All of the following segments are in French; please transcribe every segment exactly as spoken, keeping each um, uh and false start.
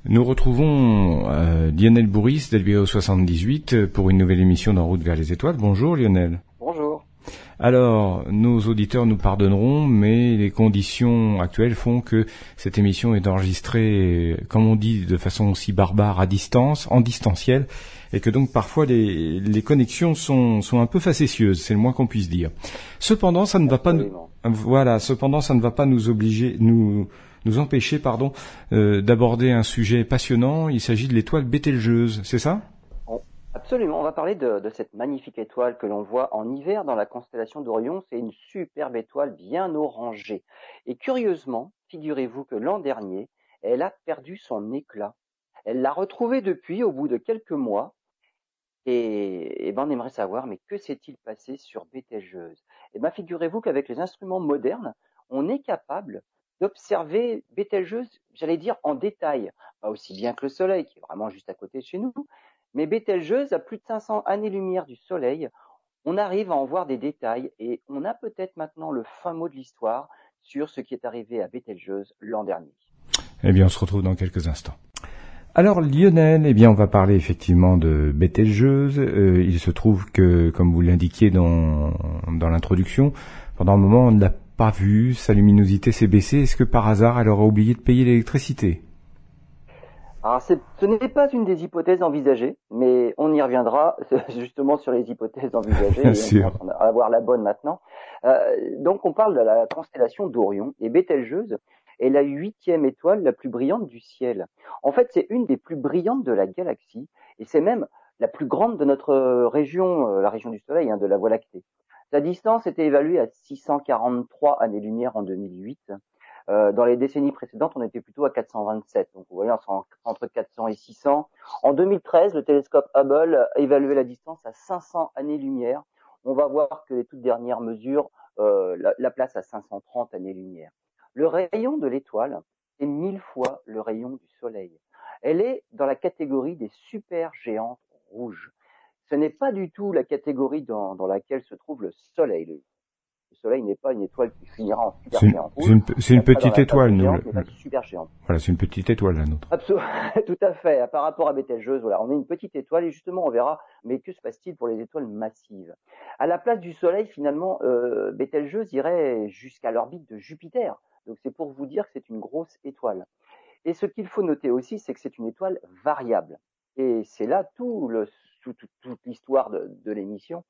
Nous retrouvons euh, Lionel Bourris d'Elvio soixante-dix-huit pour une nouvelle émission d'En route vers les étoiles. Bonjour Lionel. Bonjour. Alors, nos auditeurs nous pardonneront, mais les conditions actuelles font que cette émission est enregistrée, comme on dit, de façon aussi barbare, à distance, en distanciel, et que donc parfois les, les connexions sont, sont un peu facétieuses, c'est le moins qu'on puisse dire. Cependant, ça ne va pas nous, voilà, cependant, ça ne va pas nous obliger, nous, nous empêcher, pardon, euh, d'aborder un sujet passionnant. Il s'agit de l'étoile Bételgeuse, c'est ça? Absolument, on va parler de, de cette magnifique étoile que l'on voit en hiver dans la constellation d'Orion. C'est une superbe étoile bien orangée. Et curieusement, figurez-vous que l'an dernier, elle a perdu son éclat. Elle l'a retrouvée depuis au bout de quelques mois. Et, et ben on aimerait savoir, mais que s'est-il passé sur Bételgeuse? Et ben figurez-vous qu'avec les instruments modernes, on est capable d'observer Bételgeuse, j'allais dire en détail, pas aussi bien que le Soleil, qui est vraiment juste à côté de chez nous, mais Bételgeuse, à plus de cinq cents années-lumière du Soleil, on arrive à en voir des détails et on a peut-être maintenant le fin mot de l'histoire sur ce qui est arrivé à Bételgeuse l'an dernier. Eh bien, on se retrouve dans quelques instants. Alors Lionel, eh bien, on va parler effectivement de Bételgeuse. Euh, il se trouve que, comme vous l'indiquiez dans, dans l'introduction, pendant un moment, on ne l'a pas vue, sa luminosité s'est baissée. Est-ce que par hasard, elle aurait oublié de payer l'électricité ? Alors, c'est, ce n'est pas une des hypothèses envisagées, mais on y reviendra justement sur les hypothèses envisagées. Bien et sûr. on va avoir la bonne maintenant. Euh, donc, on parle de la constellation d'Orion et Bételgeuse est la huitième étoile la plus brillante du ciel. En fait, c'est une des plus brillantes de la galaxie et c'est même la plus grande de notre région, euh, la région du Soleil, hein, de la Voie lactée. Sa distance était évaluée à six cent quarante-trois années-lumière en deux mille huit. Euh, dans les décennies précédentes, on était plutôt à quatre cent vingt-sept. Donc, vous voyez, on sera entre quatre cents et six cents. En deux mille treize, le télescope Hubble a évalué la distance à cinq cents années-lumière. On va voir que les toutes dernières mesures euh, la, la place à cinq cent trente années-lumière. Le rayon de l'étoile est mille fois le rayon du Soleil. Elle est dans la catégorie des supergéantes rouges. Ce n'est pas du tout la catégorie dans, dans laquelle se trouve le Soleil. Le, le Soleil n'est pas une étoile qui finira en supergéante rouge. C'est une, c'est une petite étoile, nous. Géante, mais super géante. Voilà, c'est une petite étoile, la nôtre. Absolument, tout à fait. Par rapport à Bételgeuse, voilà, on est une petite étoile et justement, on verra, mais que se passe-t-il pour les étoiles massives? À la place du Soleil, finalement, euh, Bételgeuse irait jusqu'à l'orbite de Jupiter. Donc, c'est pour vous dire que c'est une grosse étoile. Et ce qu'il faut noter aussi, c'est que c'est une étoile variable. Et c'est là tout le, tout, tout, toute l'histoire de, de l'émission.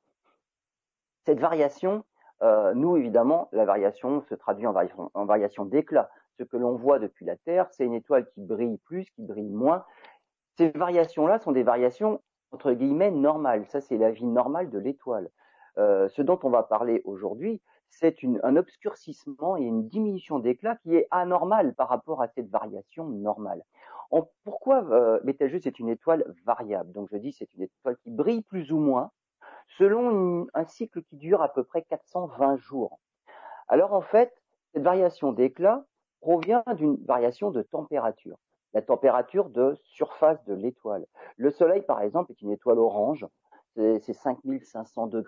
Cette variation, euh, nous, évidemment, la variation se traduit en variation, en variation d'éclat. Ce que l'on voit depuis la Terre, c'est une étoile qui brille plus, qui brille moins. Ces variations-là sont des variations, entre guillemets, normales. Ça, c'est la vie normale de l'étoile. Euh, ce dont on va parler aujourd'hui, c'est une, un obscurcissement et une diminution d'éclat qui est anormale par rapport à cette variation normale. En, pourquoi euh, Bételgeuse est une étoile variable? Donc, je dis c'est une étoile qui brille plus ou moins, selon une, un cycle qui dure à peu près quatre cent vingt jours. Alors en fait, cette variation d'éclat provient d'une variation de température, la température de surface de l'étoile. Le Soleil, par exemple, est une étoile orange, c'est, c'est cinq mille cinq cents degrés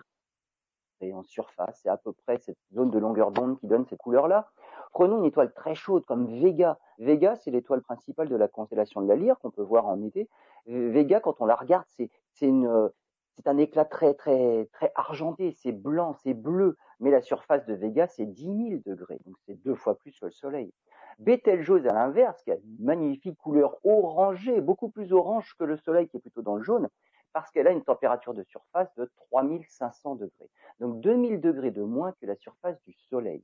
en surface, c'est à peu près cette zone de longueur d'onde qui donne cette couleur-là. Prenons une étoile très chaude comme Vega. Vega, c'est l'étoile principale de la constellation de la Lyre qu'on peut voir en été. Vega, quand on la regarde, c'est, c'est une... C'est un éclat très, très, très argenté, c'est blanc, c'est bleu, mais la surface de Vega, c'est dix mille degrés, donc c'est deux fois plus que le Soleil. Bételgeuse, à l'inverse, qui a une magnifique couleur orangée, beaucoup plus orange que le Soleil, qui est plutôt dans le jaune, parce qu'elle a une température de surface de trois mille cinq cents degrés, donc deux mille degrés de moins que la surface du Soleil.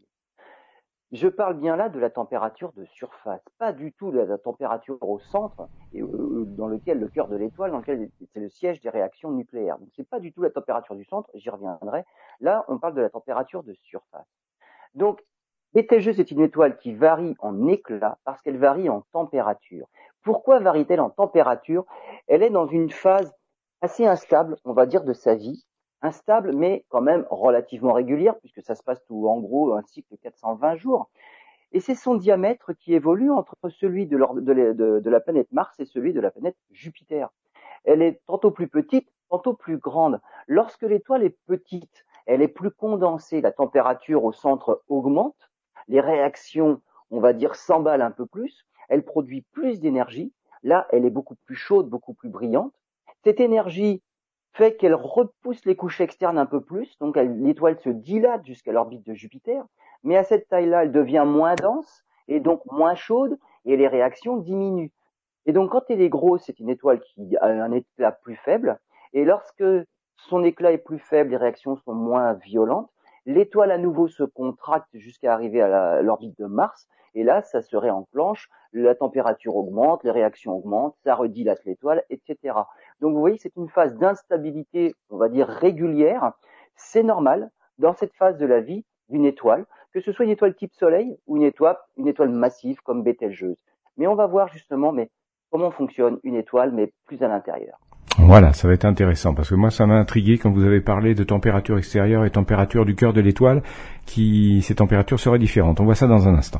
Je parle bien là de la température de surface, pas du tout de la température au centre, et dans lequel le cœur de l'étoile, dans lequel c'est le siège des réactions nucléaires. Donc c'est pas du tout la température du centre, j'y reviendrai. Là, on parle de la température de surface. Donc, Bételgeuse est une étoile qui varie en éclat parce qu'elle varie en température. Pourquoi varie-t-elle en température? Elle est dans une phase assez instable, on va dire, de sa vie. Instable, mais quand même relativement régulière, puisque ça se passe tout en gros un cycle de quatre cent vingt jours. Et c'est son diamètre qui évolue entre celui de, de, de, de la planète Mars et celui de la planète Jupiter. Elle est tantôt plus petite, tantôt plus grande. Lorsque l'étoile est petite, elle est plus condensée, la température au centre augmente, les réactions, on va dire, s'emballent un peu plus, elle produit plus d'énergie. Là, elle est beaucoup plus chaude, beaucoup plus brillante. Cette énergie fait qu'elle repousse les couches externes un peu plus, donc l'étoile se dilate jusqu'à l'orbite de Jupiter, mais à cette taille-là, elle devient moins dense et donc moins chaude, et les réactions diminuent. Et donc quand elle est grosse, c'est une étoile qui a un éclat plus faible, et lorsque son éclat est plus faible, les réactions sont moins violentes, l'étoile à nouveau se contracte jusqu'à arriver à l'orbite de Mars, et là, ça se réenclenche, la température augmente, les réactions augmentent, ça redilate l'étoile, et cetera. Donc vous voyez, c'est une phase d'instabilité, on va dire régulière. C'est normal dans cette phase de la vie d'une étoile, que ce soit une étoile type Soleil ou une étoile, une étoile massive comme Bételgeuse. Mais on va voir justement mais comment fonctionne une étoile, mais plus à l'intérieur. Voilà, ça va être intéressant, parce que moi, ça m'a intrigué quand vous avez parlé de température extérieure et température du cœur de l'étoile, qui ces températures seraient différentes. On voit ça dans un instant.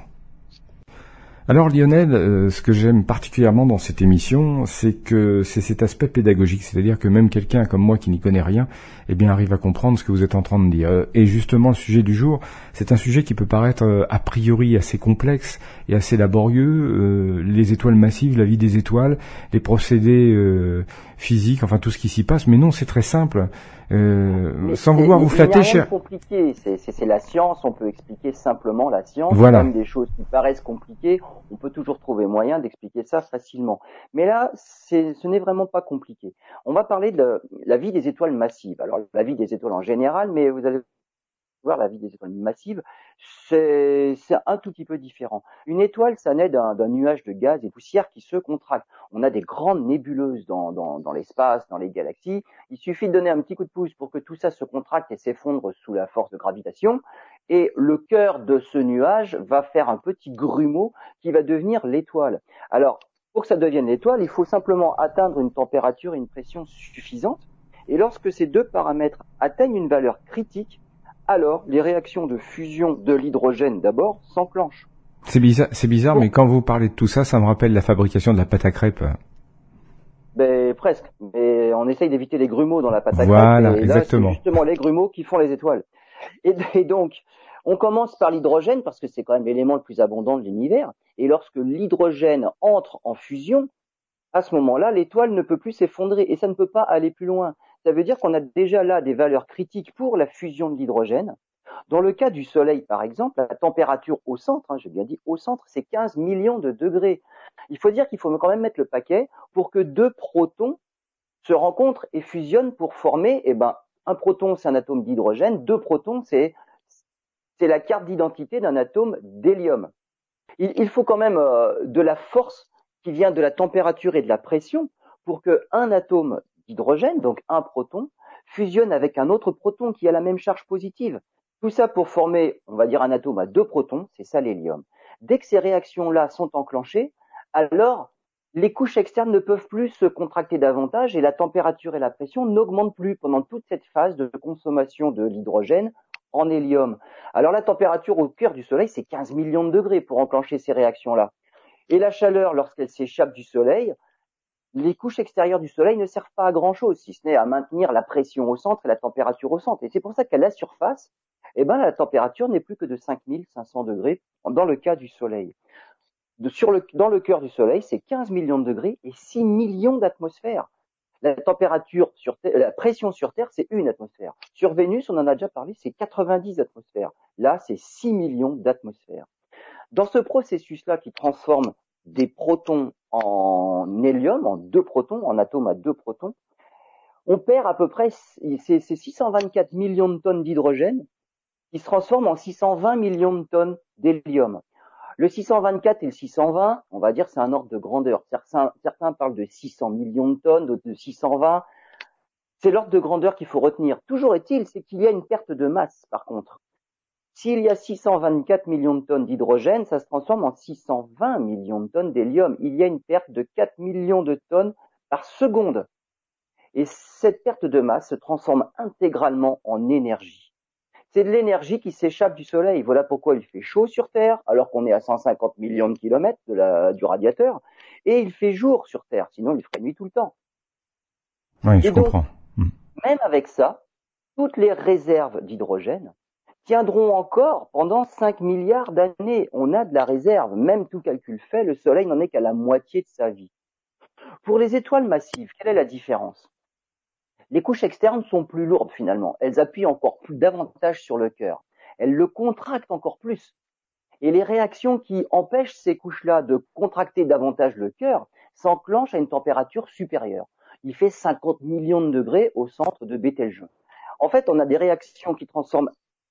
Alors Lionel, euh, ce que j'aime particulièrement dans cette émission, c'est que c'est cet aspect pédagogique, c'est-à-dire que même quelqu'un comme moi qui n'y connaît rien, eh bien arrive à comprendre ce que vous êtes en train de dire. Et justement, le sujet du jour, c'est un sujet qui peut paraître euh, a priori assez complexe et assez laborieux. Euh, les étoiles massives, la vie des étoiles, les procédés euh, physiques, enfin tout ce qui s'y passe. Mais non, c'est très simple. Euh, sans vouloir vous flatter, cher. C'est compliqué, c'est la science, on peut expliquer simplement la science, voilà. Même des choses qui paraissent compliquées, on peut toujours trouver moyen d'expliquer ça facilement. Mais là, ce n'est vraiment pas compliqué. On va parler de la vie des étoiles massives. Alors, la vie des étoiles en général, mais vous allez voir la vie des étoiles massives, c'est un tout petit peu différent. Une étoile, ça naît d'un nuage de gaz et poussière qui se contracte. On a des grandes nébuleuses dans, dans, dans l'espace, dans les galaxies. Il suffit de donner un petit coup de pouce pour que tout ça se contracte et s'effondre sous la force de gravitation. Et le cœur de ce nuage va faire un petit grumeau qui va devenir l'étoile. Alors, pour que ça devienne l'étoile, il faut simplement atteindre une température et une pression suffisantes. Et lorsque ces deux paramètres atteignent une valeur critique, alors les réactions de fusion de l'hydrogène d'abord s'enclenchent. C'est bizarre, c'est bizarre, bon. Mais quand vous parlez de tout ça, ça me rappelle la fabrication de la pâte à crêpes. Ben presque. Mais on essaye d'éviter les grumeaux dans la pâte à voilà, crêpes. Et exactement. là, c'est justement les grumeaux qui font les étoiles. Et, et donc, on commence par l'hydrogène parce que c'est quand même l'élément le plus abondant de l'univers. Et lorsque l'hydrogène entre en fusion, à ce moment-là, l'étoile ne peut plus s'effondrer et ça ne peut pas aller plus loin. Ça veut dire qu'on a déjà là des valeurs critiques pour la fusion de l'hydrogène. Dans le cas du Soleil, par exemple, la température au centre, hein, j'ai bien dit au centre, c'est quinze millions de degrés. Il faut dire qu'il faut quand même mettre le paquet pour que deux protons se rencontrent et fusionnent pour former, eh ben, un proton, c'est un atome d'hydrogène, deux protons, c'est c'est la carte d'identité d'un atome d'hélium. Il, il faut quand même euh, de la force qui vient de la température et de la pression pour qu'un atome d'hydrogène, donc un proton, fusionne avec un autre proton qui a la même charge positive. Tout ça pour former, on va dire, un atome à deux protons, c'est ça l'hélium. Dès que ces réactions-là sont enclenchées, alors les couches externes ne peuvent plus se contracter davantage et la température et la pression n'augmentent plus pendant toute cette phase de consommation de l'hydrogène en hélium. Alors la température au cœur du Soleil, c'est quinze millions de degrés pour enclencher ces réactions-là. Et la chaleur, lorsqu'elle s'échappe du Soleil, les couches extérieures du Soleil ne servent pas à grand-chose, si ce n'est à maintenir la pression au centre et la température au centre. Et c'est pour ça qu'à la surface, eh ben, la température n'est plus que de cinq mille cinq cents degrés dans le cas du Soleil. De, sur le, dans le cœur du Soleil, c'est quinze millions de degrés et six millions d'atmosphères. La température sur Terre, la pression sur Terre, c'est une atmosphère. Sur Vénus, on en a déjà parlé, c'est quatre-vingt-dix atmosphères. Là, c'est six millions d'atmosphères. Dans ce processus-là qui transforme des protons en hélium, en deux protons, en atomes à deux protons, on perd à peu près, c'est six cent vingt-quatre millions de tonnes d'hydrogène qui se transforment en six cent vingt millions de tonnes d'hélium. Le six cent vingt-quatre et le six cent vingt, on va dire, c'est un ordre de grandeur. Certains, certains parlent de six cents millions de tonnes, d'autres de six cent vingt. C'est l'ordre de grandeur qu'il faut retenir. Toujours est-il, c'est qu'il y a une perte de masse, par contre. S'il y a six cent vingt-quatre millions de tonnes d'hydrogène, ça se transforme en six cent vingt millions de tonnes d'hélium. Il y a une perte de quatre millions de tonnes par seconde. Et cette perte de masse se transforme intégralement en énergie. C'est de l'énergie qui s'échappe du Soleil. Voilà pourquoi il fait chaud sur Terre, alors qu'on est à cent cinquante millions de kilomètres de la, du radiateur. Et il fait jour sur Terre, sinon il ferait nuit tout le temps. Oui, je et donc, comprends. Même avec ça, toutes les réserves d'hydrogène tiendront encore pendant cinq milliards d'années. On a de la réserve. Même tout calcul fait, le Soleil n'en est qu'à la moitié de sa vie. Pour les étoiles massives, quelle est la différence? Les couches externes sont plus lourdes finalement. Elles appuient encore plus davantage sur le cœur. Elles le contractent encore plus. Et les réactions qui empêchent ces couches-là de contracter davantage le cœur s'enclenchent à une température supérieure. Il fait cinquante millions de degrés au centre de Bételgeuse. En fait, on a des réactions qui transforment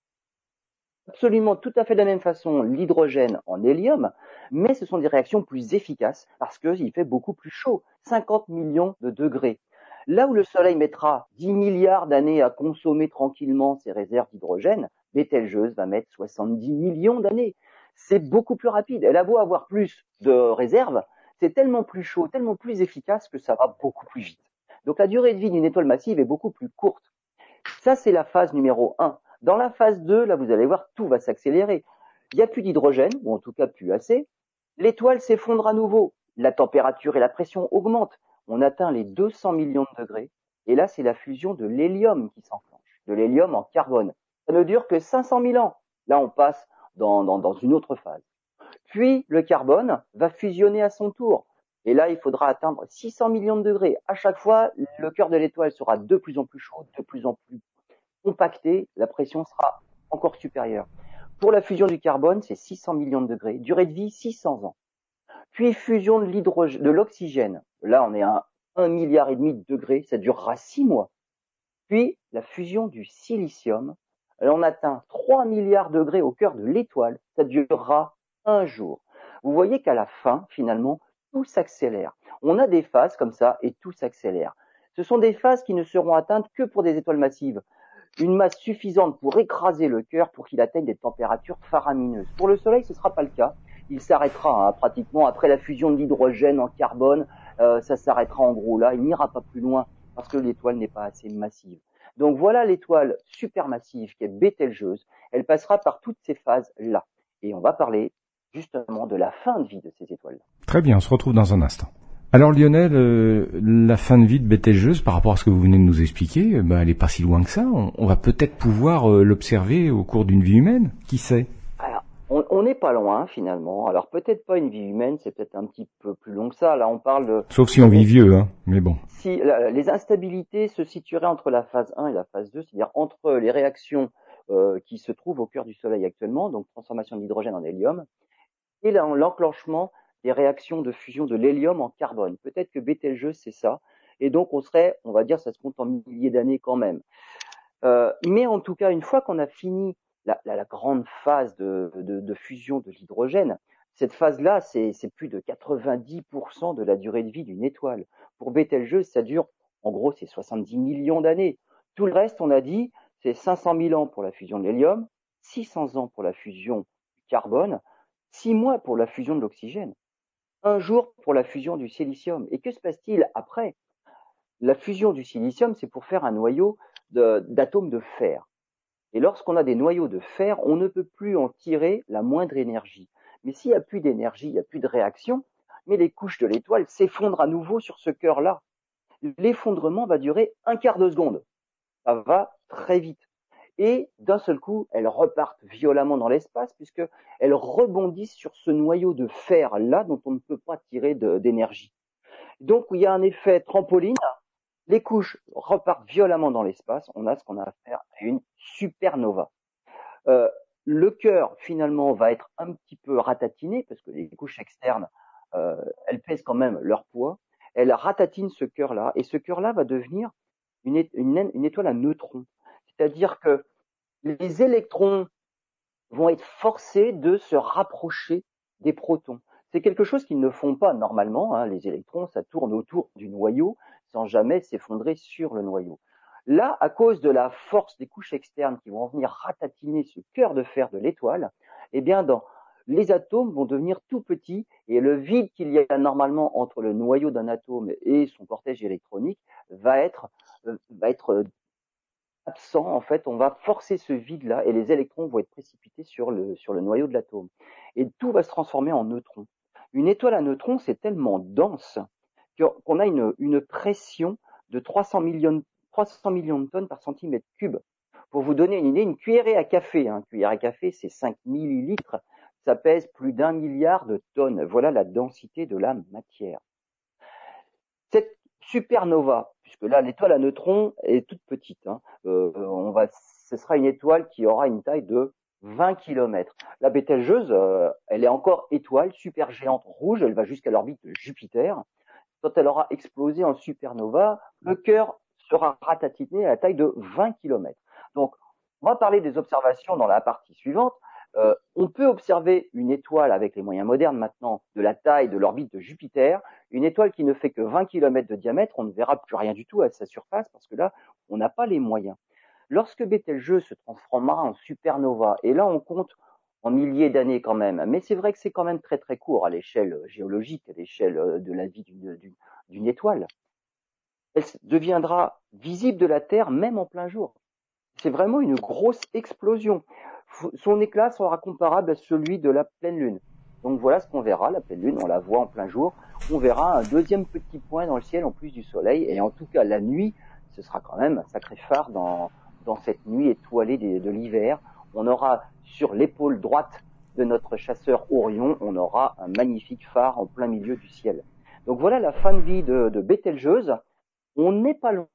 absolument tout à fait de la même façon l'hydrogène en hélium, mais ce sont des réactions plus efficaces parce qu'il fait beaucoup plus chaud, cinquante millions de degrés. Là où le Soleil mettra dix milliards d'années à consommer tranquillement ses réserves d'hydrogène, Bételgeuse va mettre soixante-dix millions d'années. C'est beaucoup plus rapide. Elle a beau avoir plus de réserves, c'est tellement plus chaud, tellement plus efficace que ça va beaucoup plus vite. Donc la durée de vie d'une étoile massive est beaucoup plus courte. Ça, c'est la phase numéro un. Dans la phase deux, là, vous allez voir, tout va s'accélérer. Il n'y a plus d'hydrogène, ou en tout cas plus assez. L'étoile s'effondre à nouveau. La température et la pression augmentent. On atteint les deux cents millions de degrés. Et là, c'est la fusion de l'hélium qui s'enclenche, de l'hélium en carbone. Ça ne dure que cinq cent mille ans. Là, on passe dans, dans, dans une autre phase. Puis, le carbone va fusionner à son tour. Et là, il faudra atteindre six cents millions de degrés. À chaque fois, le cœur de l'étoile sera de plus en plus chaud, de plus en plus compacté, la pression sera encore supérieure. Pour la fusion du carbone, c'est six cents millions de degrés, durée de vie six cents ans. Puis fusion de l'hydrogène, de l'oxygène. Là, on est à un milliard et demi de degrés, ça durera six mois. Puis la fusion du silicium. Là, on atteint trois milliards de degrés au cœur de l'étoile, ça durera un jour. Vous voyez qu'à la fin, finalement, tout s'accélère. On a des phases comme ça et tout s'accélère. Ce sont des phases qui ne seront atteintes que pour des étoiles massives. Une masse suffisante pour écraser le cœur pour qu'il atteigne des températures faramineuses. Pour le Soleil, ce ne sera pas le cas. Il s'arrêtera hein, pratiquement après la fusion de l'hydrogène en carbone. Euh, ça s'arrêtera en gros là. Il n'ira pas plus loin parce que l'étoile n'est pas assez massive. Donc voilà l'étoile supermassive qui est Bételgeuse. Elle passera par toutes ces phases-là. Et on va parler justement de la fin de vie de ces étoiles-là. Très bien, on se retrouve dans un instant. Alors Lionel, euh, la fin de vie de Bételgeuse, par rapport à ce que vous venez de nous expliquer, euh, bah, elle est pas si loin que ça. On, on va peut-être pouvoir euh, l'observer au cours d'une vie humaine, qui sait? Alors, on n'est pas loin finalement. Alors peut-être pas une vie humaine, c'est peut-être un petit peu plus long que ça. Là, on parle de... Sauf si on vit vieux, hein. Mais bon. Si la, les instabilités se situeraient entre la phase un et la phase deux, c'est-à-dire entre les réactions euh, qui se trouvent au cœur du Soleil actuellement, donc transformation de l'hydrogène en hélium, et l'enclenchement des réactions de fusion de l'hélium en carbone. Peut-être que Bételgeuse, c'est ça. Et donc, on serait, on va dire, ça se compte en milliers d'années quand même. Euh, mais en tout cas, une fois qu'on a fini la, la, la grande phase de, de, de fusion de l'hydrogène, cette phase-là, c'est plus de quatre-vingt-dix pour cent de la durée de vie d'une étoile. Pour Bételgeuse, ça dure, en gros, c'est soixante-dix millions d'années. Tout le reste, on a dit, c'est cinq cent mille ans pour la fusion de l'hélium, six cents ans pour la fusion du carbone, six mois pour la fusion de l'oxygène, un jour pour la fusion du silicium. Et que se passe-t-il après? La fusion du silicium, c'est pour faire un noyau d'atomes de, de fer. Et lorsqu'on a des noyaux de fer, on ne peut plus en tirer la moindre énergie. Mais s'il n'y a plus d'énergie, il n'y a plus de réaction, mais les couches de l'étoile s'effondrent à nouveau sur ce cœur-là. L'effondrement va durer un quart de seconde. Ça va très vite. Et d'un seul coup, elles repartent violemment dans l'espace puisqu'elles rebondissent sur ce noyau de fer-là dont on ne peut pas tirer d'énergie. Donc, il y a un effet trampoline. Les couches repartent violemment dans l'espace. On a ce qu'on a affaire à une supernova. Euh, le cœur, finalement, va être un petit peu ratatiné parce que les couches externes, euh, elles pèsent quand même leur poids. Elles ratatinent ce cœur-là et ce cœur-là va devenir une, une, une étoile à neutrons. C'est-à-dire que les électrons vont être forcés de se rapprocher des protons. C'est quelque chose qu'ils ne font pas normalement. Hein. Les électrons, ça tourne autour du noyau sans jamais s'effondrer sur le noyau. Là, à cause de la force des couches externes qui vont venir ratatiner ce cœur de fer de l'étoile, eh bien, dans, les atomes vont devenir tout petits et le vide qu'il y a normalement entre le noyau d'un atome et son cortège électronique va être, euh, va être absent. En fait, on va forcer ce vide-là et les électrons vont être précipités sur le, sur le noyau de l'atome. Et tout va se transformer en neutrons. Une étoile à neutrons, c'est tellement dense qu'on a une, une pression de trois cents millions, trois cents millions de tonnes par centimètre cube. Pour vous donner une idée, une cuillerée à café, hein, une cuillère à café, c'est cinq millilitres, ça pèse plus d'un milliard de tonnes. Voilà la densité de la matière. supernova, puisque là l'étoile à neutrons est toute petite. Hein. Euh, on va, ce sera une étoile qui aura une taille de vingt kilomètres. La Bételgeuse, euh, elle est encore étoile supergéante rouge, elle va jusqu'à l'orbite de Jupiter. Quand elle aura explosé en supernova, le cœur sera ratatiné à la taille de vingt kilomètres. Donc, on va parler des observations dans la partie suivante. Euh, on peut observer une étoile avec les moyens modernes maintenant de la taille de l'orbite de Jupiter, une étoile qui ne fait que vingt kilomètres de diamètre, on ne verra plus rien du tout à sa surface parce que là, on n'a pas les moyens. Lorsque Bételgeuse se transformera en supernova, et là on compte en milliers d'années quand même, mais c'est vrai que c'est quand même très très court à l'échelle géologique, à l'échelle de la vie d'une, d'une, d'une étoile, elle deviendra visible de la Terre même en plein jour. C'est vraiment une grosse explosion. Son éclat sera comparable à celui de la pleine lune. Donc voilà ce qu'on verra, la pleine lune, on la voit en plein jour. On verra un deuxième petit point dans le ciel en plus du soleil. Et en tout cas, la nuit, ce sera quand même un sacré phare dans, dans cette nuit étoilée de, de l'hiver. On aura sur l'épaule droite de notre chasseur Orion, on aura un magnifique phare en plein milieu du ciel. Donc voilà la fin de vie de, de Bételgeuse. On n'est pas loin.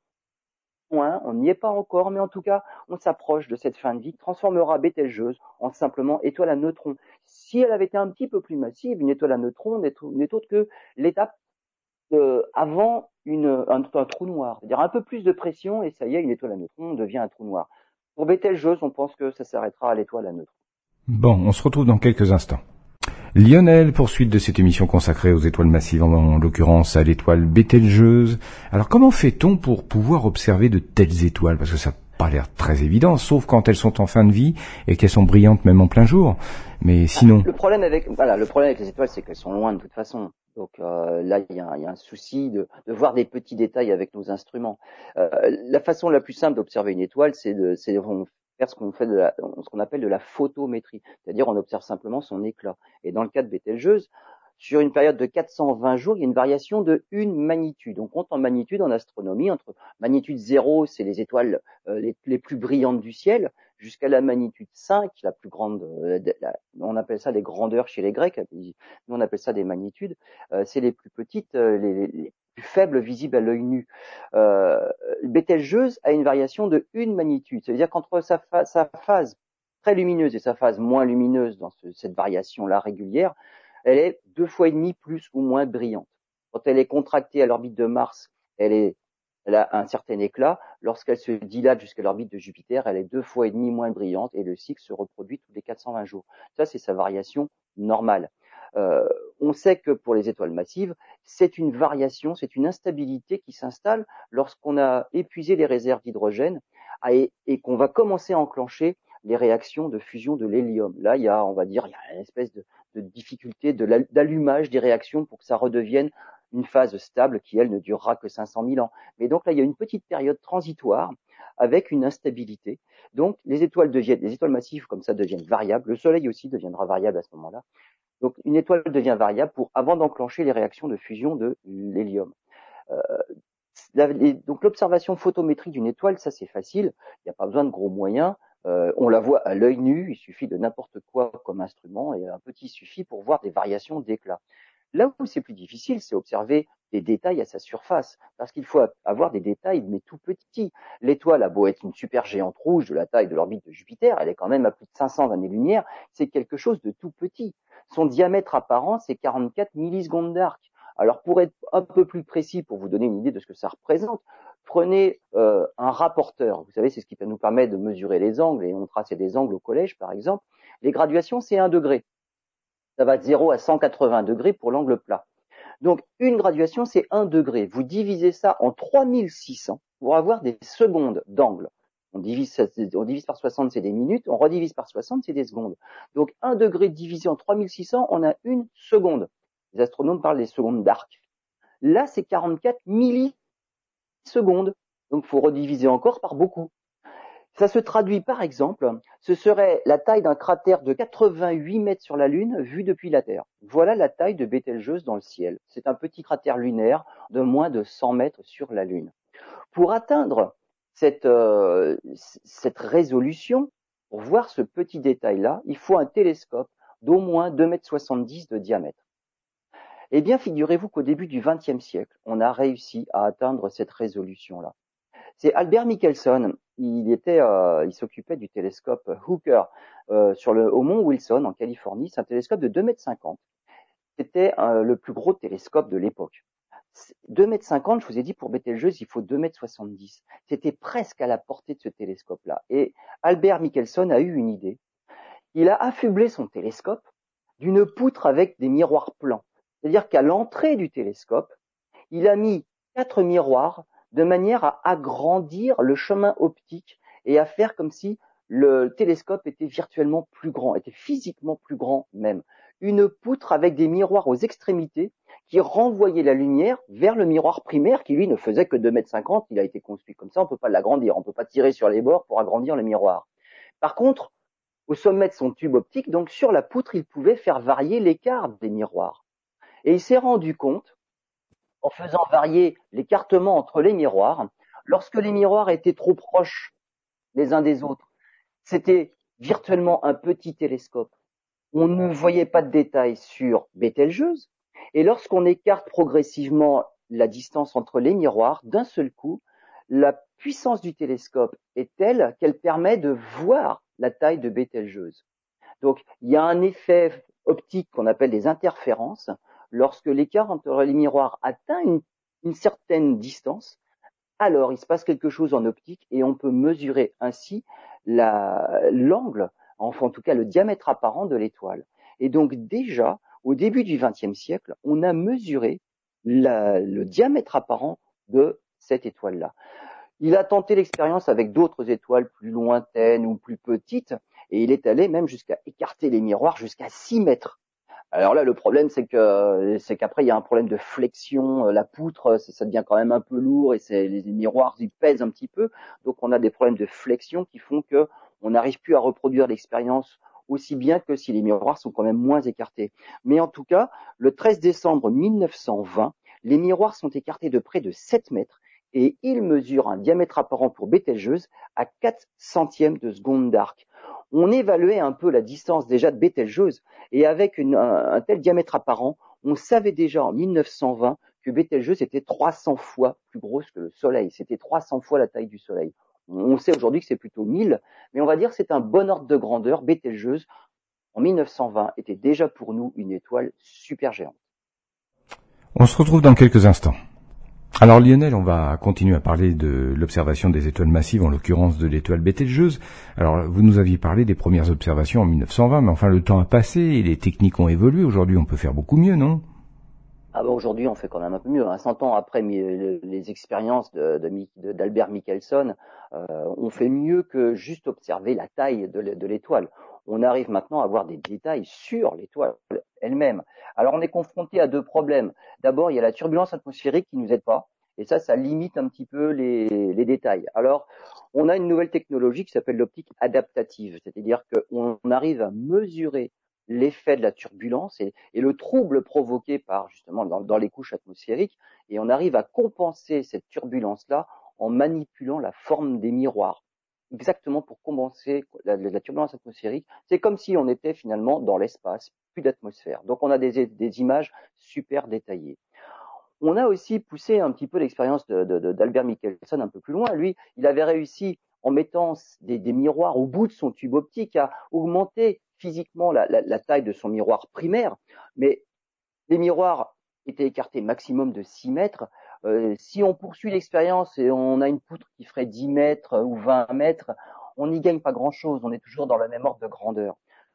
On n'y est pas encore, mais en tout cas, on s'approche de cette fin de vie qui transformera Bételgeuse en simplement étoile à neutrons. Si elle avait été un petit peu plus massive, une étoile à neutrons n'est autre que l'étape euh, avant une, un, un trou noir. C'est-à-dire un peu plus de pression et ça y est, une étoile à neutrons devient un trou noir. Pour Bételgeuse, on pense que ça s'arrêtera à l'étoile à neutrons. Bon, on se retrouve dans quelques instants. Lionel, poursuite de cette émission consacrée aux étoiles massives, en l'occurrence à l'étoile Bételgeuse. Alors comment fait-on pour pouvoir observer de telles étoiles? Parce que ça n'a pas l'air très évident, sauf quand elles sont en fin de vie et qu'elles sont brillantes même en plein jour. Mais sinon... Le problème avec, voilà, le problème avec les étoiles, c'est qu'elles sont loin de toute façon. Donc euh, là, il y, y a un souci de, de voir des petits détails avec nos instruments. Euh, la façon la plus simple d'observer une étoile, c'est de, c'est de faire ce qu'on fait de la, ce qu'on appelle de la photométrie, c'est-à-dire on observe simplement son éclat. Et dans le cas de Bételgeuse, sur une période de quatre cent vingt jours, il y a une variation de une magnitude. On compte en magnitude en astronomie entre magnitude zéro, c'est les étoiles euh, les, les plus brillantes du ciel, jusqu'à la magnitude cinq, la plus grande, euh, la, on appelle ça les grandeurs chez les Grecs, nous on appelle ça des magnitudes, euh, c'est les plus petites, euh, les, les plus faibles visibles à l'œil nu. Euh, Bételgeuse a une variation de une magnitude, ça veut dire qu'entre sa, fa sa phase très lumineuse et sa phase moins lumineuse dans ce, cette variation-là régulière, elle est deux fois et demi plus ou moins brillante. Quand elle est contractée à l'orbite de Mars, elle, est, elle a un certain éclat. Lorsqu'elle se dilate jusqu'à l'orbite de Jupiter, elle est deux fois et demi moins brillante et le cycle se reproduit tous les quatre cent vingt jours. Ça, c'est sa variation normale. Euh, on sait que pour les étoiles massives, c'est une variation, c'est une instabilité qui s'installe lorsqu'on a épuisé les réserves d'hydrogène et, et qu'on va commencer à enclencher les réactions de fusion de l'hélium. Là, il y a, on va dire, il y a une espèce de, de difficulté d'allumage des réactions pour que ça redevienne une phase stable qui, elle, ne durera que cinq cent mille ans. Mais donc là, il y a une petite période transitoire avec une instabilité. Donc, les étoiles deviennent, les étoiles massives comme ça deviennent variables. Le Soleil aussi deviendra variable à ce moment-là. Donc, une étoile devient variable pour, avant d'enclencher les réactions de fusion de l'hélium. Euh, donc, l'observation photométrique d'une étoile, ça, c'est facile. Il n'y a pas besoin de gros moyens. Euh, on la voit à l'œil nu, il suffit de n'importe quoi comme instrument et un petit suffit pour voir des variations d'éclat. Là où c'est plus difficile, c'est observer des détails à sa surface, parce qu'il faut avoir des détails, mais tout petits. L'étoile a beau être une supergéante rouge de la taille de l'orbite de Jupiter, elle est quand même à plus de cinq cents années-lumière, c'est quelque chose de tout petit. Son diamètre apparent, c'est quarante-quatre millisecondes d'arc. Alors pour être un peu plus précis, pour vous donner une idée de ce que ça représente, prenez euh, un rapporteur. Vous savez, c'est ce qui nous permet de mesurer les angles, et on traçait des angles au collège, par exemple. Les graduations, c'est un degré. Ça va de zéro à cent quatre-vingts degrés pour l'angle plat. Donc, une graduation, c'est un degré. Vous divisez ça en trois mille six cents pour avoir des secondes d'angle. On divise, on divise par soixante, c'est des minutes. On redivise par soixante, c'est des secondes. Donc, un degré divisé en trois mille six cents, on a une seconde. Les astronomes parlent des secondes d'arc. Là, c'est quarante-quatre millisecondes. Donc, il faut rediviser encore par beaucoup. Ça se traduit par exemple, ce serait la taille d'un cratère de quatre-vingt-huit mètres sur la Lune vu depuis la Terre. Voilà la taille de Bételgeuse dans le ciel. C'est un petit cratère lunaire de moins de cent mètres sur la Lune. Pour atteindre cette, euh, cette résolution, pour voir ce petit détail-là, il faut un télescope d'au moins deux mètres soixante-dix de diamètre. Eh bien, figurez-vous qu'au début du vingtième siècle, on a réussi à atteindre cette résolution-là. C'est Albert Michelson, il était, euh, il s'occupait du télescope Hooker euh, sur le, au mont Wilson en Californie. C'est un télescope de deux mètres cinquante. C'était euh, le plus gros télescope de l'époque. deux mètres cinquante, je vous ai dit, pour Betelgeuse, il faut deux mètres soixante-dix. C'était presque à la portée de ce télescope-là. Et Albert Michelson a eu une idée. Il a affublé son télescope d'une poutre avec des miroirs plans. C'est-à-dire qu'à l'entrée du télescope, il a mis quatre miroirs de manière à agrandir le chemin optique et à faire comme si le télescope était virtuellement plus grand, était physiquement plus grand même. Une poutre avec des miroirs aux extrémités qui renvoyait la lumière vers le miroir primaire qui, lui, ne faisait que deux mètres cinquante. Il a été construit comme ça, on ne peut pas l'agrandir, on ne peut pas tirer sur les bords pour agrandir le miroir. Par contre, au sommet de son tube optique, donc sur la poutre, il pouvait faire varier l'écart des miroirs. Et il s'est rendu compte, en faisant varier l'écartement entre les miroirs, lorsque les miroirs étaient trop proches les uns des autres, c'était virtuellement un petit télescope. On ne voyait pas de détails sur Betelgeuse. Et lorsqu'on écarte progressivement la distance entre les miroirs, d'un seul coup, la puissance du télescope est telle qu'elle permet de voir la taille de Betelgeuse. Donc, il y a un effet optique qu'on appelle des interférences. Lorsque l'écart entre les miroirs atteint une, une certaine distance, alors il se passe quelque chose en optique et on peut mesurer ainsi la, l'angle, enfin en tout cas le diamètre apparent de l'étoile. Et donc déjà, au début du vingtième siècle, on a mesuré la, le diamètre apparent de cette étoile-là. Il a tenté l'expérience avec d'autres étoiles plus lointaines ou plus petites, et il est allé même jusqu'à écarter les miroirs jusqu'à six mètres. Alors là, le problème, c'est que c'est qu'après, il y a un problème de flexion. La poutre, ça devient quand même un peu lourd et c'est, les miroirs, ils pèsent un petit peu. Donc, on a des problèmes de flexion qui font que on n'arrive plus à reproduire l'expérience aussi bien que si les miroirs sont quand même moins écartés. Mais en tout cas, le treize décembre mille neuf cent vingt, les miroirs sont écartés de près de sept mètres et ils mesurent un diamètre apparent pour Betelgeuse à quatre centièmes de seconde d'arc. On évaluait un peu la distance déjà de Betelgeuse et avec une, un, un tel diamètre apparent, on savait déjà en mille neuf cent vingt que Betelgeuse était trois cents fois plus grosse que le Soleil. C'était trois cents fois la taille du Soleil. On sait aujourd'hui que c'est plutôt mille, mais on va dire que c'est un bon ordre de grandeur. Betelgeuse, en mille neuf cent vingt, était déjà pour nous une étoile super géante. On se retrouve dans quelques instants. Alors Lionel, on va continuer à parler de l'observation des étoiles massives, en l'occurrence de l'étoile Betelgeuse. Alors vous nous aviez parlé des premières observations en mille neuf cent vingt, mais enfin le temps a passé et les techniques ont évolué. Aujourd'hui, on peut faire beaucoup mieux, non ? Ah bah aujourd'hui, on fait quand même un peu mieux. Hein. cent ans après les expériences de, de, d'Albert Michelson, euh, on fait mieux que juste observer la taille de l'étoile. On arrive maintenant à avoir des détails sur l'étoile elle-même. Alors on est confronté à deux problèmes. D'abord, il y a la turbulence atmosphérique qui nous aide pas. Et ça, ça limite un petit peu les, les détails. Alors, on a une nouvelle technologie qui s'appelle l'optique adaptative. C'est-à-dire qu'on arrive à mesurer l'effet de la turbulence et, et le trouble provoqué par justement dans, dans les couches atmosphériques, et on arrive à compenser cette turbulence-là en manipulant la forme des miroirs, exactement pour compenser la, la turbulence atmosphérique. C'est comme si on était finalement dans l'espace, plus d'atmosphère. Donc on a des, des images super détaillées. On a aussi poussé un petit peu l'expérience de, de, de, d'Albert Michelson un peu plus loin. Lui, il avait réussi, en mettant des, des miroirs au bout de son tube optique, à augmenter physiquement la, la, la taille de son miroir primaire, mais les miroirs étaient écartés maximum de six mètres. Euh, si on poursuit l'expérience et on a une poutre qui ferait dix mètres ou vingt mètres, on n'y gagne pas grand-chose, on est toujours dans le même ordre de grandeur.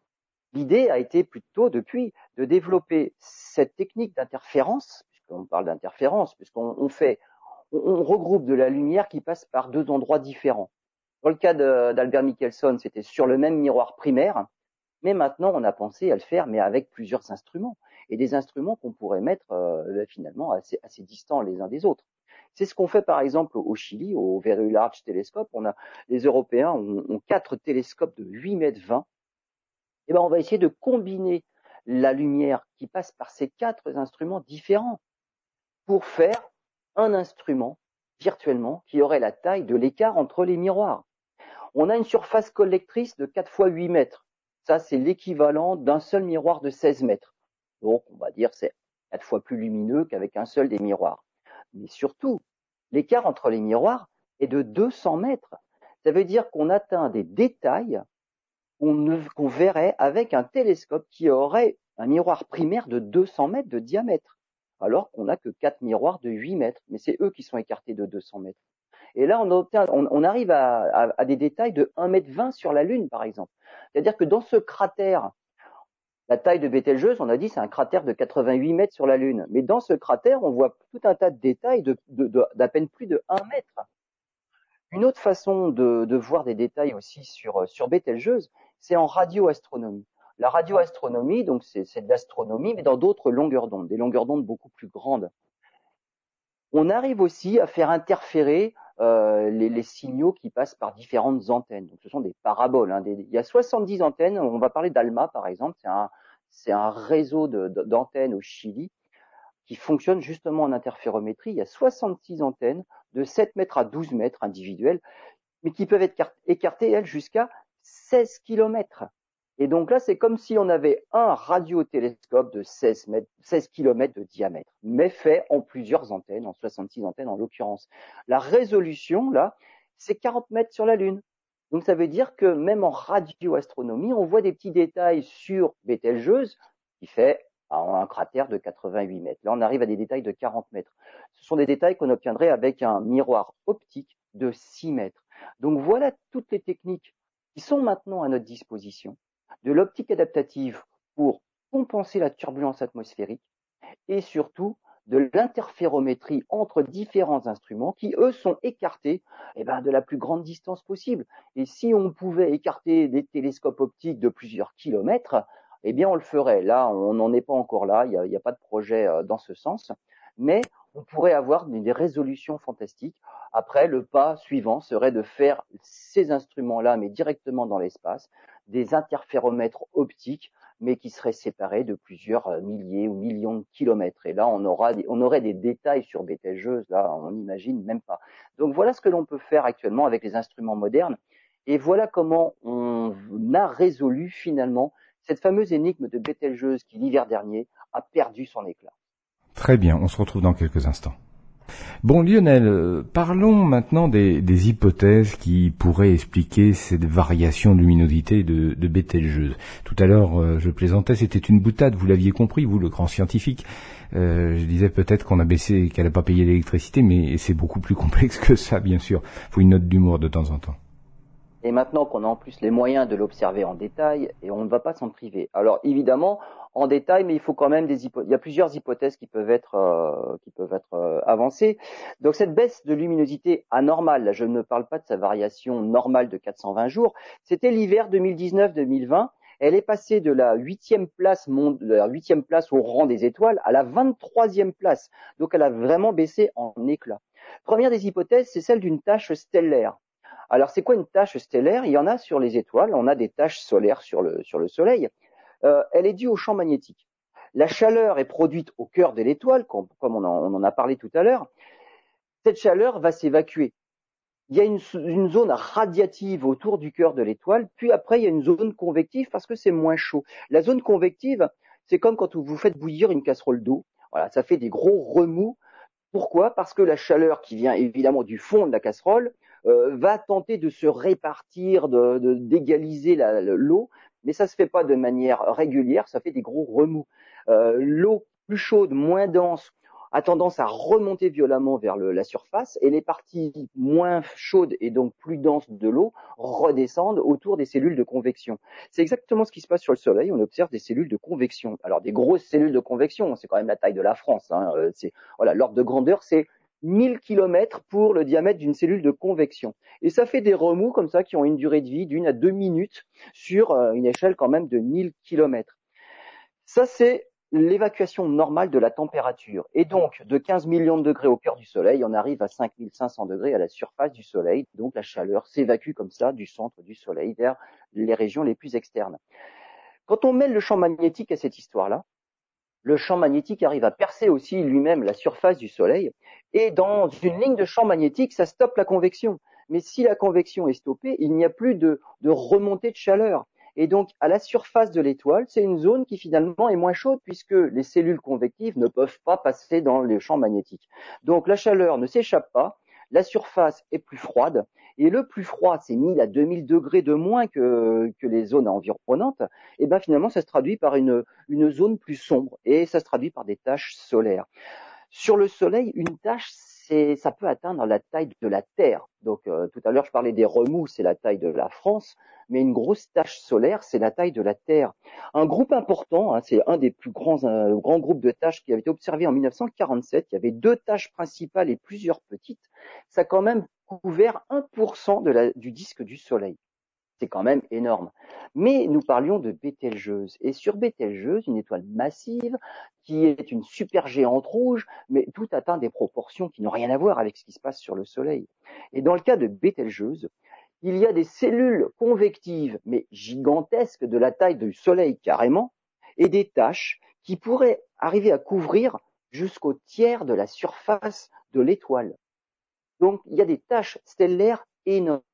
L'idée a été plutôt depuis de développer cette technique d'interférence, puisqu'on parle d'interférence, puisqu'on on fait, on, on regroupe de la lumière qui passe par deux endroits différents. Dans le cas de, d'Albert Michelson, c'était sur le même miroir primaire, mais maintenant, on a pensé à le faire, mais avec plusieurs instruments, et des instruments qu'on pourrait mettre euh, finalement assez, assez distants les uns des autres. C'est ce qu'on fait par exemple au Chili, au Very Large Telescope. On a, les Européens ont, ont quatre télescopes de huit mètres vingt. Et ben, on va essayer de combiner la lumière qui passe par ces quatre instruments différents pour faire un instrument virtuellement qui aurait la taille de l'écart entre les miroirs. On a une surface collectrice de quatre fois huit mètres. Ça, c'est l'équivalent d'un seul miroir de seize mètres. Donc, on va dire c'est quatre fois plus lumineux qu'avec un seul des miroirs. Mais surtout, l'écart entre les miroirs est de deux cents mètres. Ça veut dire qu'on atteint des détails qu'on ne, qu'on verrait avec un télescope qui aurait un miroir primaire de deux cents mètres de diamètre, alors qu'on n'a que quatre miroirs de huit mètres. Mais c'est eux qui sont écartés de deux cents mètres. Et là, on, obtient, on, on arrive à, à, à des détails de un mètre vingt sur la Lune, par exemple. C'est-à-dire que dans ce cratère, la taille de Bételgeuse, on a dit, c'est un cratère de quatre-vingt-huit mètres sur la Lune. Mais dans ce cratère, on voit tout un tas de détails de, de, de, d'à peine plus de un mètre. Une autre façon de, de voir des détails aussi sur, sur Bételgeuse, c'est en radioastronomie. La radioastronomie, donc c'est, c'est de l'astronomie, mais dans d'autres longueurs d'onde, des longueurs d'onde beaucoup plus grandes. On arrive aussi à faire interférer euh, les, les signaux qui passent par différentes antennes. Donc, ce sont des paraboles. Hein, des, il y a soixante-dix antennes. On va parler d'ALMA, par exemple. C'est un, c'est un réseau de, de, d'antennes au Chili qui fonctionne justement en interférométrie. Il y a soixante-six antennes de sept mètres à douze mètres individuelles, mais qui peuvent être écartées, elles, jusqu'à seize kilomètres. Et donc là, c'est comme si on avait un radiotélescope de seize mètres, seize kilomètres de diamètre, mais fait en plusieurs antennes, en soixante-six antennes en l'occurrence. La résolution, là, c'est quarante mètres sur la Lune. Donc ça veut dire que même en radioastronomie, on voit des petits détails sur Bételgeuse, qui fait un cratère de quatre-vingt-huit mètres. Là, on arrive à des détails de quarante mètres. Ce sont des détails qu'on obtiendrait avec un miroir optique de six mètres. Donc voilà toutes les techniques qui sont maintenant à notre disposition, de l'optique adaptative pour compenser la turbulence atmosphérique et surtout de l'interférométrie entre différents instruments qui, eux, sont écartés eh ben, de la plus grande distance possible. Et si on pouvait écarter des télescopes optiques de plusieurs kilomètres, eh bien, on le ferait. Là, on n'en est pas encore là. Il n'y a, il y a pas de projet dans ce sens. Mais on pourrait avoir des résolutions fantastiques. Après, le pas suivant serait de faire ces instruments-là, mais directement dans l'espace, des interféromètres optiques, mais qui seraient séparés de plusieurs milliers ou millions de kilomètres. Et là, on aura des, on aurait des détails sur Bételgeuse, là, on n'imagine même pas. Donc voilà ce que l'on peut faire actuellement avec les instruments modernes. Et voilà comment on a résolu finalement cette fameuse énigme de Bételgeuse qui, l'hiver dernier, a perdu son éclat. Très bien, on se retrouve dans quelques instants. Bon, Lionel, euh, parlons maintenant des, des hypothèses qui pourraient expliquer cette variation de luminosité de, de Bételgeuse. Tout à l'heure, euh, je plaisantais, c'était une boutade, vous l'aviez compris, vous, le grand scientifique. Euh, je disais peut-être qu'on a baissé, qu'elle n'a pas payé l'électricité, mais c'est beaucoup plus complexe que ça, bien sûr. Il faut une note d'humour de temps en temps. Et maintenant qu'on a en plus les moyens de l'observer en détail, et on ne va pas s'en priver. Alors évidemment, en détail, mais il faut quand même des hypothèses. Il y a plusieurs hypothèses qui peuvent être euh, qui peuvent être euh, avancées. Donc cette baisse de luminosité anormale, là je ne parle pas de sa variation normale de quatre cent vingt jours, c'était l'hiver deux mille dix-neuf deux mille vingt. Elle est passée de la huitième place, de la huitième place au rang des étoiles à la vingt-troisième place. Donc elle a vraiment baissé en éclat. Première des hypothèses, c'est celle d'une tache stellaire. Alors, c'est quoi une tache stellaire? Il y en a sur les étoiles, on a des taches solaires sur le, sur le Soleil. Euh, elle est due au champ magnétique. La chaleur est produite au cœur de l'étoile, comme, comme on, en, on en a parlé tout à l'heure. Cette chaleur va s'évacuer. Il y a une, une zone radiative autour du cœur de l'étoile, puis après, il y a une zone convective parce que c'est moins chaud. La zone convective, c'est comme quand vous faites bouillir une casserole d'eau. Voilà, ça fait des gros remous. Pourquoi? Parce que la chaleur qui vient évidemment du fond de la casserole euh, va tenter de se répartir, de, de, d'égaliser la, l'eau, mais ça se fait pas de manière régulière, ça fait des gros remous. Euh, l'eau plus chaude, moins dense, a tendance à remonter violemment vers le, la surface, et les parties moins chaudes et donc plus denses de l'eau redescendent autour des cellules de convection. C'est exactement ce qui se passe sur le Soleil, on observe des cellules de convection. Alors des grosses cellules de convection, c'est quand même la taille de la France, hein, c'est, voilà, l'ordre de grandeur c'est mille kilomètres pour le diamètre d'une cellule de convection. Et ça fait des remous comme ça qui ont une durée de vie d'une à deux minutes sur une échelle quand même de mille kilomètres. Ça c'est l'évacuation normale de la température. Et donc, de quinze millions de degrés au cœur du Soleil, on arrive à cinq mille cinq cents degrés à la surface du Soleil. Donc, la chaleur s'évacue comme ça du centre du Soleil vers les régions les plus externes. Quand on mêle le champ magnétique à cette histoire-là, le champ magnétique arrive à percer aussi lui-même la surface du Soleil. Et dans une ligne de champ magnétique, ça stoppe la convection. Mais si la convection est stoppée, il n'y a plus de, de remontée de chaleur. Et donc, à la surface de l'étoile, c'est une zone qui finalement est moins chaude puisque les cellules convectives ne peuvent pas passer dans les champs magnétiques. Donc, la chaleur ne s'échappe pas, la surface est plus froide, et le plus froid, c'est mille à deux mille degrés de moins que, que les zones environnantes, et ben finalement, ça se traduit par une, une zone plus sombre, et ça se traduit par des taches solaires. Sur le Soleil, une tache, c'est, ça peut atteindre la taille de la Terre. Donc, euh, tout à l'heure, je parlais des remous, c'est la taille de la France, mais une grosse tache solaire, c'est la taille de la Terre. Un groupe important, hein, c'est un des plus grands, un grand groupe de taches qui avait été observé en mille neuf cent quarante-sept. Il y avait deux taches principales et plusieurs petites. Ça a quand même couvert un pour cent de la, du disque du Soleil. C'est quand même énorme. Mais nous parlions de Bételgeuse. Et sur Bételgeuse, une étoile massive qui est une supergéante rouge, mais tout atteint des proportions qui n'ont rien à voir avec ce qui se passe sur le Soleil. Et dans le cas de Bételgeuse, il y a des cellules convectives, mais gigantesques, de la taille du Soleil carrément, et des taches qui pourraient arriver à couvrir jusqu'au tiers de la surface de l'étoile. Donc, il y a des taches stellaires énormes.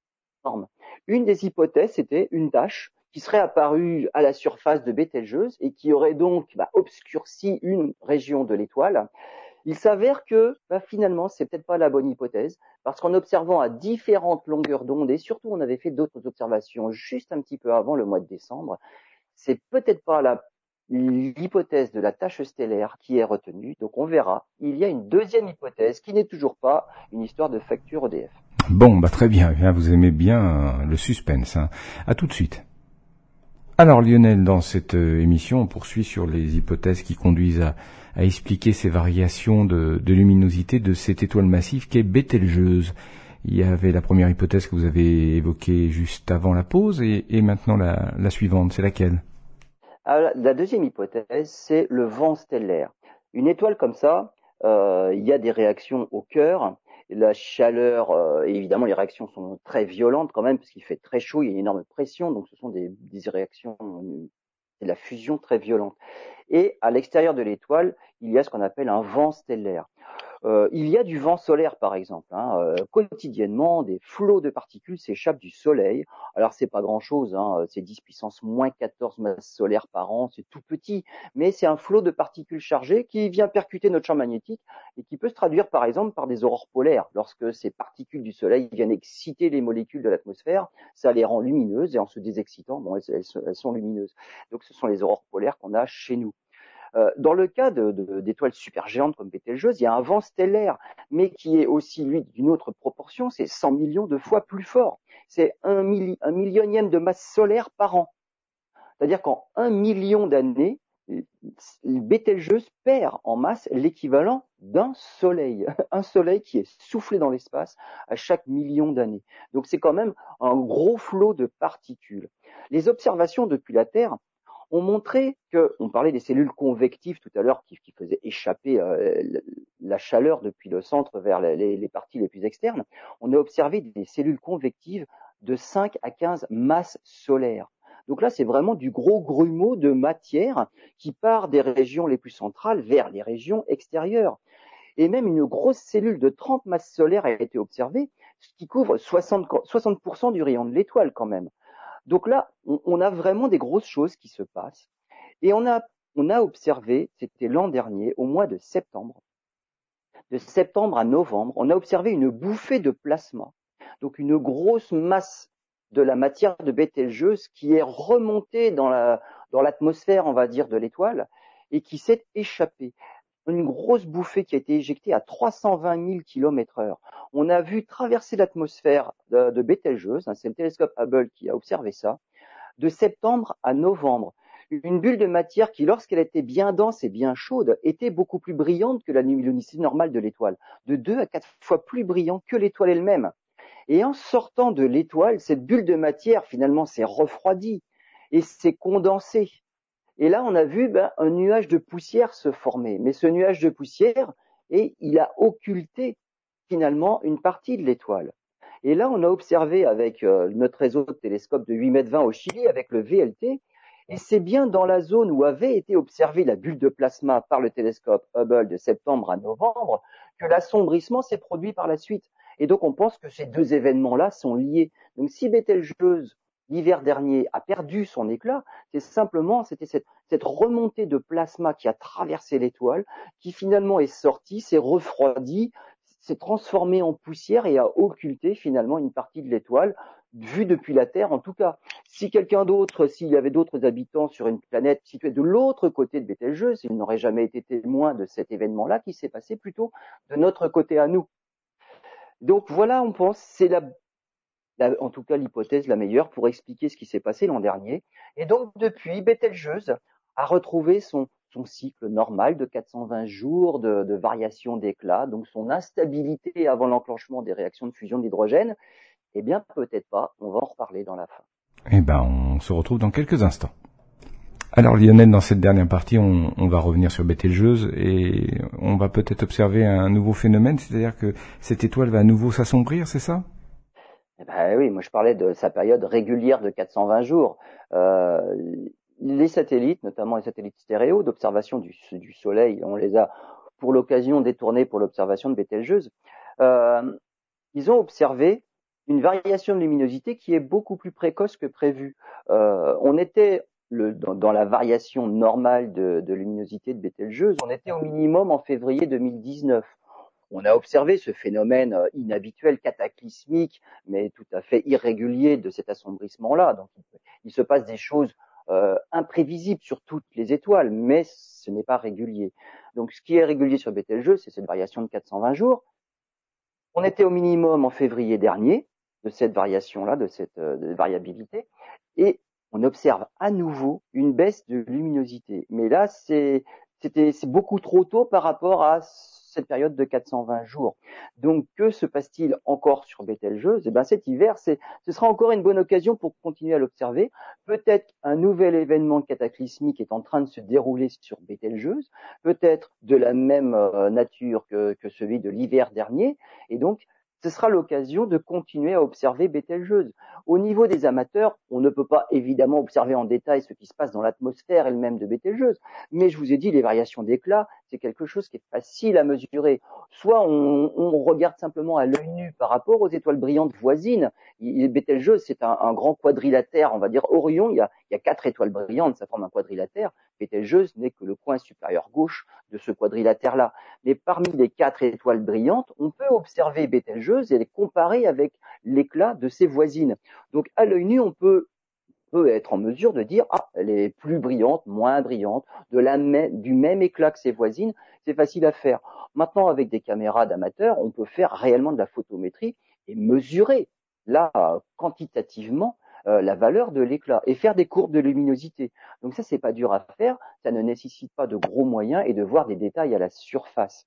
Une des hypothèses, c'était une tache qui serait apparue à la surface de Bételgeuse et qui aurait donc bah, obscurci une région de l'étoile. Il s'avère que bah, finalement, c'est peut-être pas la bonne hypothèse, parce qu'en observant à différentes longueurs d'onde, et surtout on avait fait d'autres observations juste un petit peu avant le mois de décembre, c'est peut-être pas la l'hypothèse de la tache stellaire qui est retenue. Donc on verra. Il y a une deuxième hypothèse qui n'est toujours pas une histoire de facture E D F. Bon, bah très bien, vous aimez bien le suspense. Hein. À tout de suite. Alors Lionel, dans cette émission, on poursuit sur les hypothèses qui conduisent à, à expliquer ces variations de, de luminosité de cette étoile massive qu'est Bételgeuse. Il y avait la première hypothèse que vous avez évoquée juste avant la pause et, et maintenant la, la suivante, c'est laquelle ? Alors, la deuxième hypothèse, c'est le vent stellaire. Une étoile comme ça, euh, il y a des réactions au cœur. La chaleur, euh, évidemment, les réactions sont très violentes quand même, parce qu'il fait très chaud, il y a une énorme pression, donc ce sont des, des réactions, c'est de la fusion très violente. Et à l'extérieur de l'étoile, il y a ce qu'on appelle un vent stellaire. Euh, il y a du vent solaire, par exemple. Hein. Euh, quotidiennement, des flots de particules s'échappent du Soleil. Alors, c'est pas grand-chose, hein. C'est dix puissance moins quatorze masses solaires par an, c'est tout petit, mais c'est un flot de particules chargées qui vient percuter notre champ magnétique et qui peut se traduire, par exemple, par des aurores polaires. Lorsque ces particules du Soleil viennent exciter les molécules de l'atmosphère, ça les rend lumineuses et en se désexcitant, bon, elles, elles, elles sont lumineuses. Donc, ce sont les aurores polaires qu'on a chez nous. Euh, dans le cas de, de, d'étoiles supergéantes comme Bételgeuse, il y a un vent stellaire, mais qui est aussi, lui, d'une autre proportion, c'est cent millions de fois plus fort. C'est un, milli, un millionième de masse solaire par an. C'est-à-dire qu'en un million d'années, Bételgeuse perd en masse l'équivalent d'un soleil. Un soleil qui est soufflé dans l'espace à chaque million d'années. Donc c'est quand même un gros flot de particules. Les observations depuis la Terre ont montré que, on parlait des cellules convectives tout à l'heure qui, qui faisaient échapper euh, la chaleur depuis le centre vers les, les parties les plus externes, on a observé des cellules convectives de cinq à quinze masses solaires. Donc là, c'est vraiment du gros grumeau de matière qui part des régions les plus centrales vers les régions extérieures. Et même une grosse cellule de trente masses solaires a été observée, ce qui couvre soixante pour cent du rayon de l'étoile quand même. Donc là, on, on a vraiment des grosses choses qui se passent. Et on a, on a observé, c'était l'an dernier, au mois de septembre, de septembre à novembre, on a observé une bouffée de plasma, donc une grosse masse de la matière de Bételgeuse qui est remontée dans la, dans l'atmosphère, on va dire, de l'étoile et qui s'est échappée. Une grosse bouffée qui a été éjectée à trois cent vingt mille kilomètres heure. On a vu traverser l'atmosphère de, de Bételgeuse, hein, c'est le télescope Hubble qui a observé ça, de septembre à novembre. Une bulle de matière qui, lorsqu'elle était bien dense et bien chaude, était beaucoup plus brillante que la luminosité normale de l'étoile, de deux à quatre fois plus brillante que l'étoile elle-même. Et en sortant de l'étoile, cette bulle de matière finalement s'est refroidie et s'est condensée. Et là, on a vu ben, un nuage de poussière se former. Mais ce nuage de poussière, et il a occulté finalement une partie de l'étoile. Et là, on a observé avec euh, notre réseau de télescopes de huit mètres vingt au Chili, avec le V L T, et c'est bien dans la zone où avait été observée la bulle de plasma par le télescope Hubble de septembre à novembre que l'assombrissement s'est produit par la suite. Et donc, on pense que ces deux événements-là sont liés. Donc, si Bételgeuse l'hiver dernier a perdu son éclat, c'est simplement, c'était cette, cette remontée de plasma qui a traversé l'étoile, qui finalement est sortie, s'est refroidie, s'est transformée en poussière et a occulté finalement une partie de l'étoile, vue depuis la Terre en tout cas. Si quelqu'un d'autre, s'il y avait d'autres habitants sur une planète située de l'autre côté de Bételgeuse, il n'aurait jamais été témoin de cet événement-là qui s'est passé plutôt de notre côté à nous. Donc voilà, on pense, c'est la, la, en tout cas l'hypothèse la meilleure pour expliquer ce qui s'est passé l'an dernier. Et donc depuis, Bételgeuse a retrouvé son, son cycle normal de quatre cent vingt jours de, de variation d'éclat, donc son instabilité avant l'enclenchement des réactions de fusion d'hydrogène. Eh bien, peut-être pas, on va en reparler dans la fin. Eh ben, on se retrouve dans quelques instants. Alors Lionel, dans cette dernière partie, on, on va revenir sur Bételgeuse et on va peut-être observer un nouveau phénomène, c'est-à-dire que cette étoile va à nouveau s'assombrir, c'est ça ? Eh ben oui, moi je parlais de sa période régulière de quatre cent vingt jours. Euh, les satellites, notamment les satellites stéréo d'observation du, du Soleil, on les a pour l'occasion détournés pour l'observation de Bételgeuse. Euh, ils ont observé une variation de luminosité qui est beaucoup plus précoce que prévu. Euh, on était le, dans, dans la variation normale de, de luminosité de Bételgeuse, on était au minimum en février deux mille dix-neuf. On a observé ce phénomène inhabituel, cataclysmique, mais tout à fait irrégulier de cet assombrissement-là. Donc, il se passe des choses euh, imprévisibles sur toutes les étoiles, mais ce n'est pas régulier. Donc, ce qui est régulier sur Bételgeuse, c'est cette variation de quatre cent vingt jours. On était au minimum en février dernier de cette variation-là, de cette euh, de variabilité, et on observe à nouveau une baisse de luminosité. Mais là, c'est c'était c'est beaucoup trop tôt par rapport à cette période de quatre cent vingt jours. Donc, que se passe-t-il encore sur Bételgeuse ? Eh ben, cet hiver, c'est, ce sera encore une bonne occasion pour continuer à l'observer. Peut-être un nouvel événement cataclysmique est en train de se dérouler sur Bételgeuse, peut-être de la même euh, nature que, que celui de l'hiver dernier, et donc, ce sera l'occasion de continuer à observer Bételgeuse. Au niveau des amateurs, on ne peut pas évidemment observer en détail ce qui se passe dans l'atmosphère elle-même de Bételgeuse, mais je vous ai dit, les variations d'éclat, c'est quelque chose qui est facile à mesurer. Soit on, on regarde simplement à l'œil nu par rapport aux étoiles brillantes voisines. Bételgeuse, c'est un, un grand quadrilatère, on va dire Orion, il y, a, il y a quatre étoiles brillantes, ça forme un quadrilatère. Bételgeuse n'est que le coin supérieur gauche de ce quadrilatère-là. Mais parmi les quatre étoiles brillantes, on peut observer Bételgeuse et les comparer avec l'éclat de ses voisines. Donc à l'œil nu, on peut, peut être en mesure de dire ah, elle est plus brillante, moins brillante, de la même, du même éclat que ses voisines, c'est facile à faire. Maintenant, avec des caméras d'amateurs, on peut faire réellement de la photométrie et mesurer là quantitativement Euh, la valeur de l'éclat et faire des courbes de luminosité. Donc ça, c'est pas dur à faire, ça ne nécessite pas de gros moyens et de voir des détails à la surface.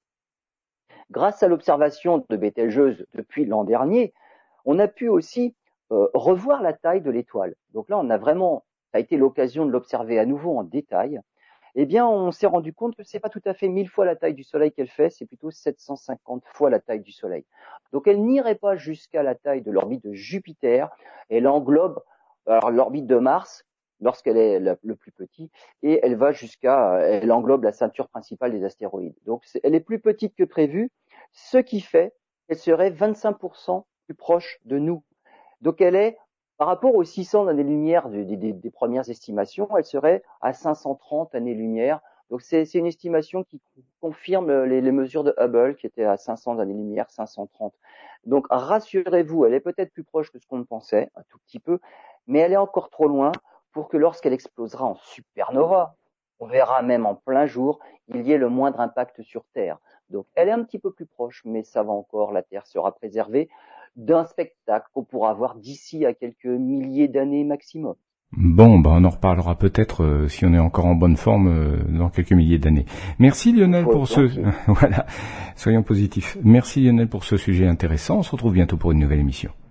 Grâce à l'observation de Bételgeuse depuis l'an dernier, on a pu aussi euh, revoir la taille de l'étoile. Donc là, on a vraiment, ça a été l'occasion de l'observer à nouveau en détail. Eh bien, on s'est rendu compte que c'est pas tout à fait mille fois la taille du Soleil qu'elle fait, c'est plutôt sept cent cinquante fois la taille du Soleil. Donc, elle n'irait pas jusqu'à la taille de l'orbite de Jupiter. Elle englobe alors l'orbite de Mars lorsqu'elle est le, le plus petit, et elle va jusqu'à, elle englobe la ceinture principale des astéroïdes. Donc, c'est, elle est plus petite que prévu, ce qui fait qu'elle serait vingt-cinq pour cent plus proche de nous. Donc, elle est par rapport aux six cents années-lumière des, des, des premières estimations, elle serait à cinq cent trente années-lumière. Donc c'est, c'est une estimation qui confirme les, les mesures de Hubble qui étaient à cinq cents années-lumière, cinq cent trente. Donc rassurez-vous, elle est peut-être plus proche que ce qu'on pensait, un tout petit peu, mais elle est encore trop loin pour que lorsqu'elle explosera en supernova, on verra même en plein jour, il y ait le moindre impact sur Terre. Donc elle est un petit peu plus proche, mais ça va encore, la Terre sera préservée d'un spectacle qu'on pourra voir d'ici à quelques milliers d'années maximum. Bon, bah on en reparlera peut-être euh, si on est encore en bonne forme euh, dans quelques milliers d'années. Merci Lionel pour ce voilà, soyons positifs. Merci Lionel pour ce sujet intéressant. On se retrouve bientôt pour une nouvelle émission.